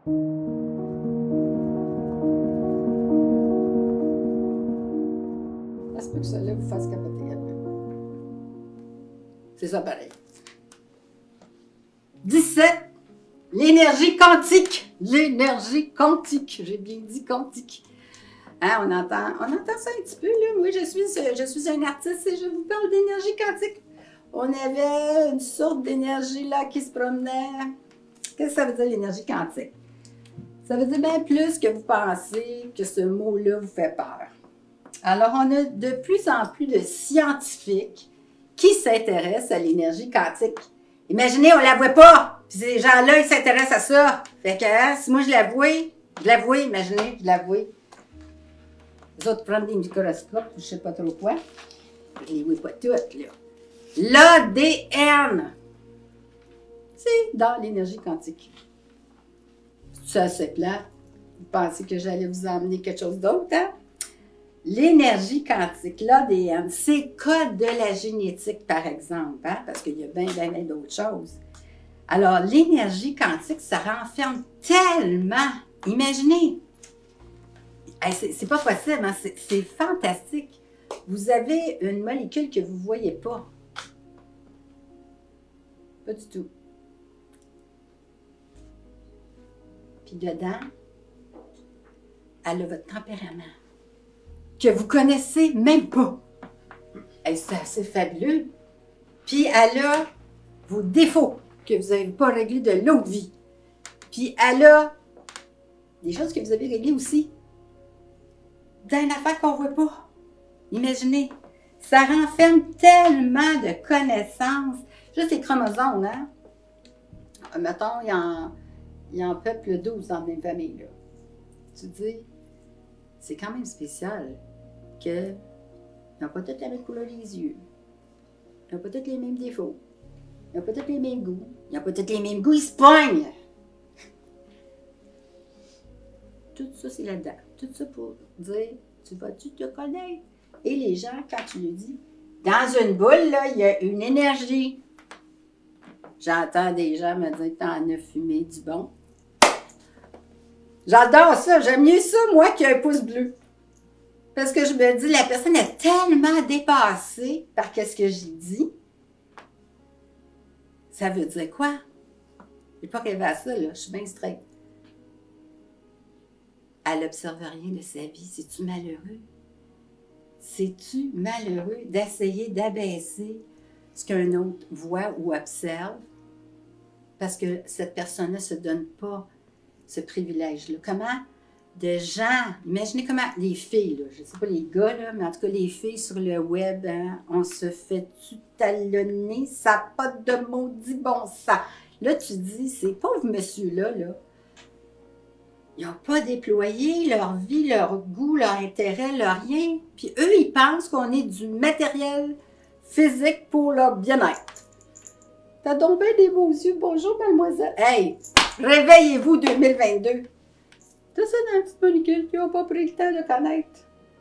Ça se peut que cela vous fasse capoter. C'est ça pareil. 17. L'énergie quantique. L'énergie quantique. J'ai bien dit quantique. Hein, on entend ça un petit peu, là. Moi, je suis un artiste et je vous parle d'énergie quantique. On avait une sorte d'énergie là qui se promenait. Qu'est-ce que ça veut dire l'énergie quantique? Ça veut dire bien plus que vous pensez que ce mot-là vous fait peur. Alors, on a de plus en plus de scientifiques qui s'intéressent à l'énergie quantique. Imaginez, on ne la voit pas. Puis ces gens-là, ils s'intéressent à ça. Fait que, hein, si moi je la vois, imaginez, je la vois. Les autres prennent des microscopes, je ne sais pas trop quoi. Je ne les vois pas toutes, là. L'ADN, c'est dans l'énergie quantique. Ça, c'est plat. Vous pensez que j'allais vous emmener quelque chose d'autre, hein? L'énergie quantique, l'ADN, c'est code de la génétique, par exemple, hein? Parce qu'il y a bien d'autres choses. Alors, l'énergie quantique, ça renferme tellement. Imaginez, c'est pas possible, hein? C'est fantastique. Vous avez une molécule que vous ne voyez pas. Pas du tout. Puis dedans, elle a votre tempérament, que vous connaissez même pas. C'est assez fabuleux. Puis elle a vos défauts que vous n'avez pas réglés de l'autre vie. Puis elle a des choses que vous avez réglées aussi dans une affaire qu'on ne voit pas. Imaginez, ça renferme tellement de connaissances. Juste les chromosomes, hein? Mettons, il y en peuple 12 dans la même famille, là. Tu dis, c'est quand même spécial qu'ils n'ont pas toutes la même couleur des yeux. Ils n'ont pas tous les mêmes défauts. Ils n'ont pas tous les mêmes goûts. Ils n'ont pas tous les mêmes goûts, ils se pognent. Tout ça, c'est là-dedans. Tout ça pour dire, tu vas-tu te connaître? Et les gens, quand tu le dis, dans une boule, là, il y a une énergie. J'entends des gens me dire, t'en as fumé du bon. J'adore ça. J'aime mieux ça, moi, qu'un pouce bleu. Parce que je me dis, la personne est tellement dépassée par ce que j'ai dit. Ça veut dire quoi? Je n'ai pas rêvé à ça, là. Je suis bien straight. Elle n'observe rien de sa vie. C'est-tu malheureux? C'est-tu malheureux d'essayer d'abaisser ce qu'un autre voit ou observe? Parce que cette personne-là ne se donne pas ce privilège-là. Comment de gens, imaginez comment les filles, là, je ne sais pas les gars, là, mais en tout cas les filles sur le web, hein, on se fait talonner, ça n'a pas de maudit bon sens. Là, tu dis, ces pauvres messieurs-là, là, ils n'ont pas déployé leur vie, leur goût, leur intérêt, leur rien. Puis eux, ils pensent qu'on est du matériel physique pour leur bien-être. T'as donc bien des beaux yeux. Bonjour, mademoiselle. Hey, réveillez-vous 2022. T'as ça dans la petite molécule qui n'a pas pris le temps de connaître.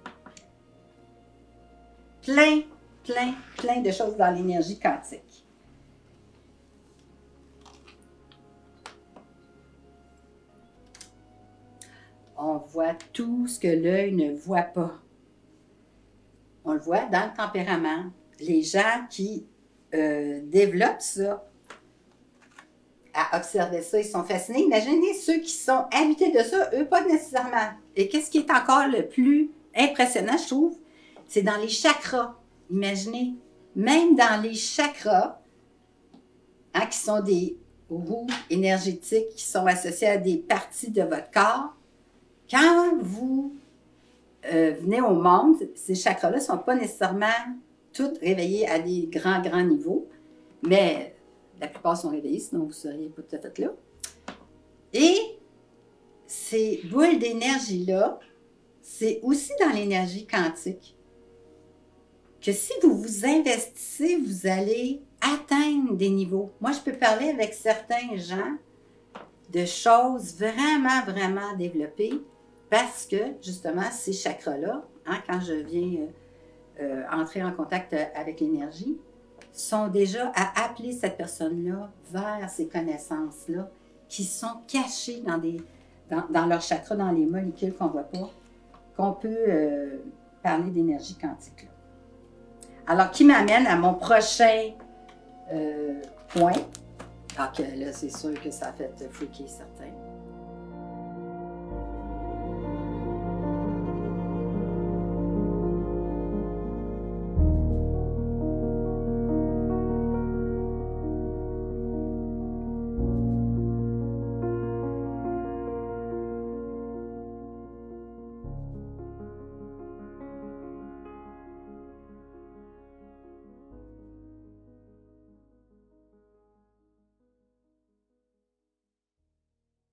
Plein de choses dans l'énergie quantique. On voit tout ce que l'œil ne voit pas. On le voit dans le tempérament. Les gens qui développent ça, à observer ça, ils sont fascinés. Imaginez ceux qui sont habités de ça, eux, pas nécessairement. Et qu'est-ce qui est encore le plus impressionnant, je trouve, c'est dans les chakras. Imaginez, même dans les chakras, hein, qui sont des roues énergétiques qui sont associées à des parties de votre corps, quand vous venez au monde, ces chakras-là ne sont pas nécessairement tous réveillés à des grands niveaux, mais la plupart sont réveillés, sinon vous ne seriez pas tout à fait là. Et ces boules d'énergie-là, c'est aussi dans l'énergie quantique que si vous vous investissez, vous allez atteindre des niveaux. Moi, je peux parler avec certains gens de choses vraiment développées parce que, justement, ces chakras-là, hein, quand je viens entrer en contact avec l'énergie, sont déjà à appeler cette personne-là vers ces connaissances-là qui sont cachés dans leurs chakras, dans les molécules qu'on ne voit pas, qu'on peut parler d'énergie quantique. Là. Alors, qui m'amène à mon prochain point. Donc là, c'est sûr que ça a fait freaker certains.